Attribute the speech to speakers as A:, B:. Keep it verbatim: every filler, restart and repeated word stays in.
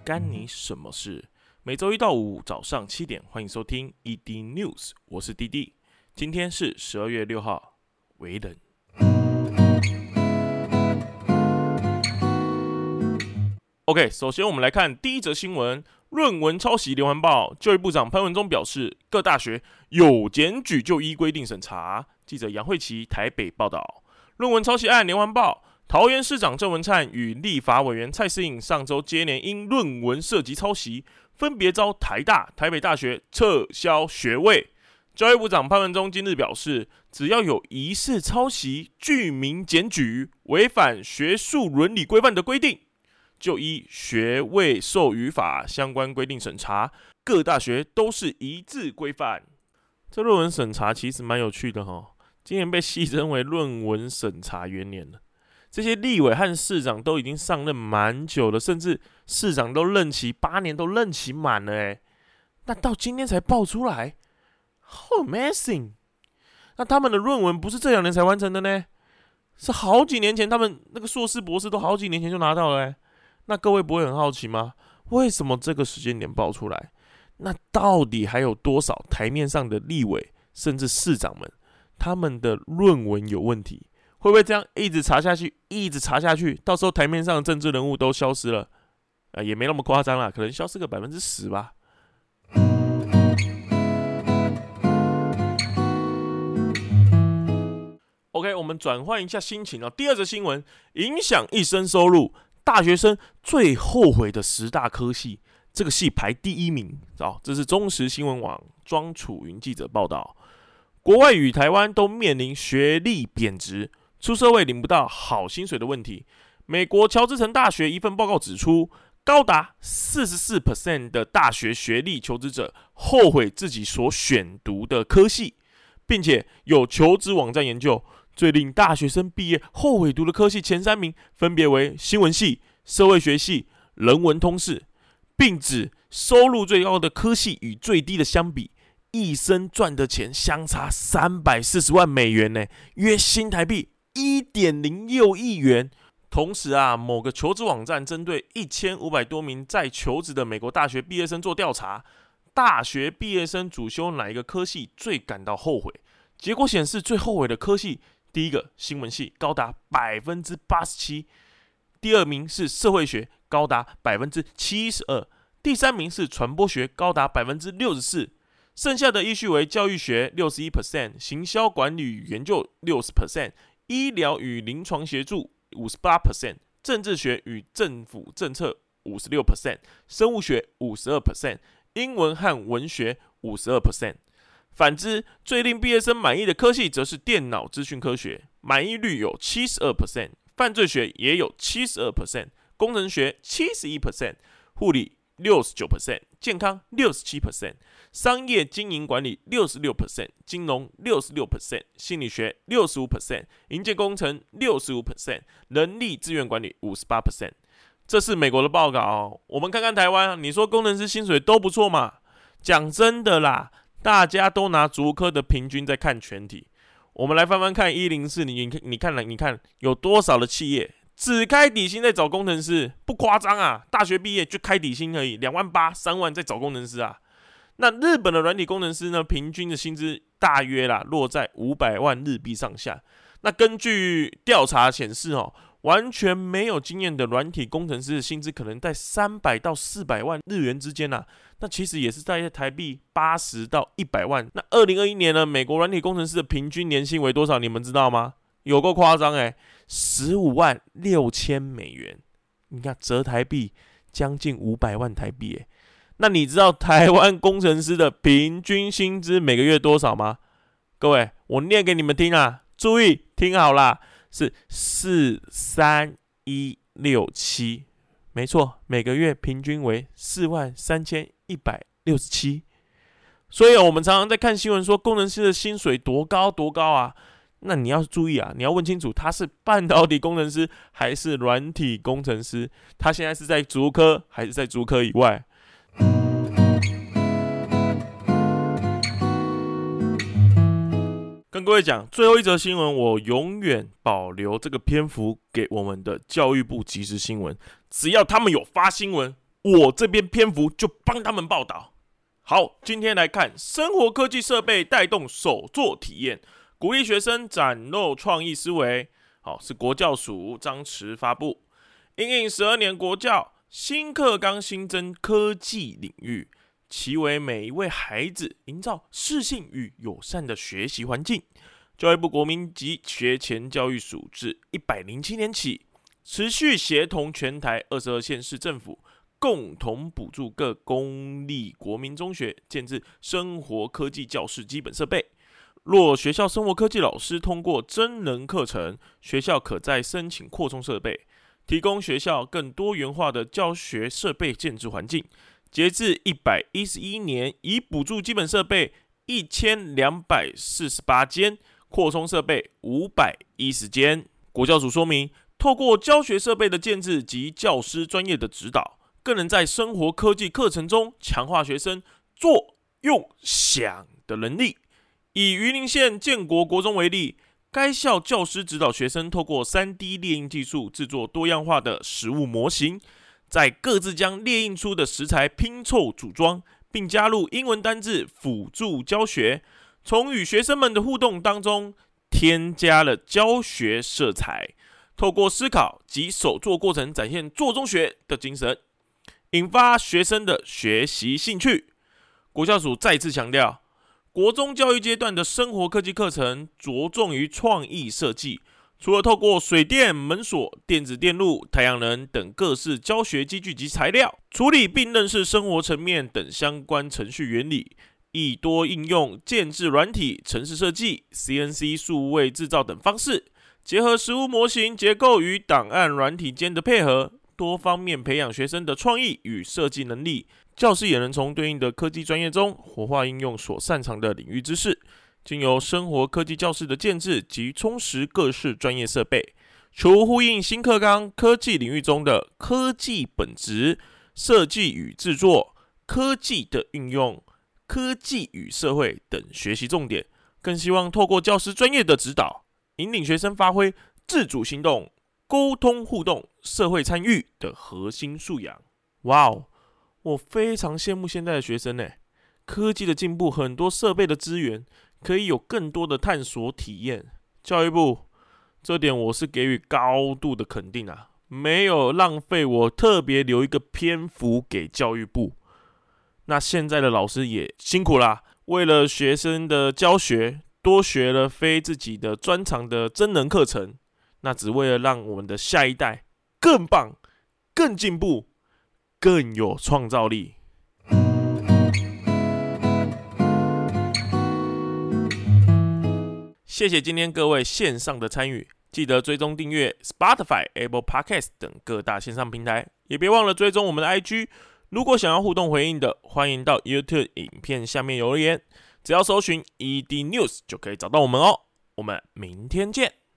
A: 干你什么事？每周一到五早上七点，欢迎收听 E D News， 我是滴滴。今天是十二月六号，微冷。OK， 首先我们来看第一则新闻：论文抄袭连环爆。教育部长潘文忠表示，各大学有检举就依规定审查。记者杨慧琪台北报道，论文抄袭案连环爆。桃园市长郑文灿与立法委员蔡适应上周接连因论文涉及抄袭，分别遭台大、台北大学撤销学位。教育部长潘文忠今日表示，只要有疑似抄袭、具名检举、违反学术伦理规范的规定，就依学位授予法相关规定审查。各大学都是一致规范。这论文审查其实蛮有趣的齁，今年被戏称为论文审查元年了。这些立委和市长都已经上任蛮久了，甚至市长都任期八年，都任期满了哎，那到今天才爆出来 ，How amazing！ 那他们的论文不是这两年才完成的呢，是好几年前，他们那个硕士、博士都好几年前就拿到了哎。那各位不会很好奇吗？为什么这个时间点爆出来？那到底还有多少台面上的立委甚至市长们，他们的论文有问题？会不会这样一直查下去，一直查下去，到时候台面上的政治人物都消失了？呃，也没那么夸张啦，可能消失个百分之十吧。OK， 我们转换一下心情哦。第二则新闻，影响一生收入，大学生最后悔的十大科系，这个系排第一名哦。这是中时新闻网庄楚云记者报道，国外与台湾都面临学历贬值。出社会领不到好薪水的问题。美国乔治城大学一份报告指出，高达 百分之四十四 的大学学历求职者后悔自己所选读的科系，并且有求职网站研究，最令大学生毕业后悔读的科系前三名分别为新闻系、社会学系、人文通识，并指收入最高的科系与最低的相比，一生赚的钱相差三百四十万美元呢，约新台币一点零六亿元。同时啊，某个求职网站针对一千五百多名在求职的美国大学毕业生做调查，大学毕业生主修哪一个科系最感到后悔？结果显示，最后悔的科系，第一个新闻系高达 百分之八十七， 第二名是社会学高达 百分之七十二， 第三名是传播学高达 百分之六十四，剩下的依序为教育学 百分之六十一， 行销管理与研究 百分之六十， 医疗与临床协助 百分之五十八， 政治学与政府政策 百分之五十六， 生物学 百分之五十二， 英文和文学 百分之五十二。 反之，最令毕业生满意的科系则是电脑资讯科学，满意率有 百分之七十二， 犯罪学也有 百分之七十二， 工程学 百分之七十一， 护理 百分之六十九， 健康 百分之六十七， 商业经营管理 百分之六十六， 金融 百分之六十六， 心理学 百分之六十五， 营建工程 百分之六十五， 人力资源管理 百分之五十八。 这是美国的报告哦。我们看看台湾，你说工程师薪水都不错嘛？讲真的啦，大家都拿竹科的平均在看全体。我们来翻翻看一零四，你你看你看有多少的企业只开底薪在找工程师？不夸张啊，大学毕业就开底薪而已，两万八、三万在找工程师啊。那日本的软体工程师呢，平均的薪资大约啦落在五百万日币上下。那根据调查显示哦，完全没有经验的软体工程师的薪资可能在三百到四百万日元之间啊。那其实也是在台币八十到一百万。那二零二一年呢，美国软体工程师的平均年薪为多少？你们知道吗？有够夸张哎，十五万六千美元。你看折台币将近五百万台币哎。那你知道台湾工程师的平均薪资每个月多少吗？各位，我念给你们听啊，注意听好啦，是四三一六七，没错，每个月平均为四万三千一百六十七。所以我们常常在看新闻说工程师的薪水多高多高啊，那你要注意啊，你要问清楚他是半导体工程师还是软体工程师，他现在是在竹科还是在竹科以外。跟各位讲，最后一则新闻，我永远保留这个篇幅给我们的教育部即时新闻。只要他们有发新闻， 我这边篇幅就帮他们报道。好，今天来看生活科技设备带动手作体验，鼓励学生展露创意思维。好，是国教署张弛发布，因应十二年国教新课纲新增科技领域，其为每一位孩子营造适性与友善的学习环境。教育部国民及学前教育署自一百零七年起，持续协同全台二十二县市政府，共同补助各公立国民中学建置生活科技教室基本设备。若学校生活科技老师通过真人课程，学校可再申请扩充设备，提供学校更多元化的教学设备建置环境。截至一百一十一年，已补助基本设备一千两百四十八间，扩充设备五百一十间。国教署说明，透过教学设备的建置及教师专业的指导，更能在生活科技课程中强化学生做、用、想的能力。以云林县建国国中为例，该校教师指导学生透过 三 D 列印技术制作多样化的实物模型，再各自将列印出的食材拼凑组装，并加入英文单字辅助教学，从与学生们的互动当中添加了教学色彩，透过思考及手作过程展现做中学的精神，引发学生的学习兴趣。国教署再次强调，国中教育阶段的生活科技课程着重于创意设计，除了透过水电、门锁、电子电路、太阳能等各式教学机具及材料处理，并认识生活层面等相关程序原理，亦多应用建制软体、程式设计、C N C 数位制造等方式，结合实物模型结构与档案软体间的配合，多方面培养学生的创意与设计能力。教师也能从对应的科技专业中活化应用所擅长的领域知识，经由生活科技教室的建制及充实各式专业设备，除呼应新课纲科技领域中的科技本质、设计与制作、科技的运用、科技与社会等学习重点，更希望透过教师专业的指导，引领学生发挥自主行动、沟通互动、社会参与的核心素养。哇哦！我非常羡慕现在的学生耶，科技的进步，很多设备的资源可以有更多的探索体验。教育部这点我是给予高度的肯定啊，没有浪费我特别留一个篇幅给教育部。那现在的老师也辛苦啦，为了学生的教学，多学了非自己的专长的真人课程，那只为了让我们的下一代更棒、更进步、更有创造力。谢谢今天各位线上的参与，记得追踪订阅 Spotify、Apple Podcast 等各大线上平台，也别忘了追踪我们的 I G。如果想要互动回应的，欢迎到 YouTube 影片下面留言，只要搜寻 E D News 就可以找到我们哦。我们明天见。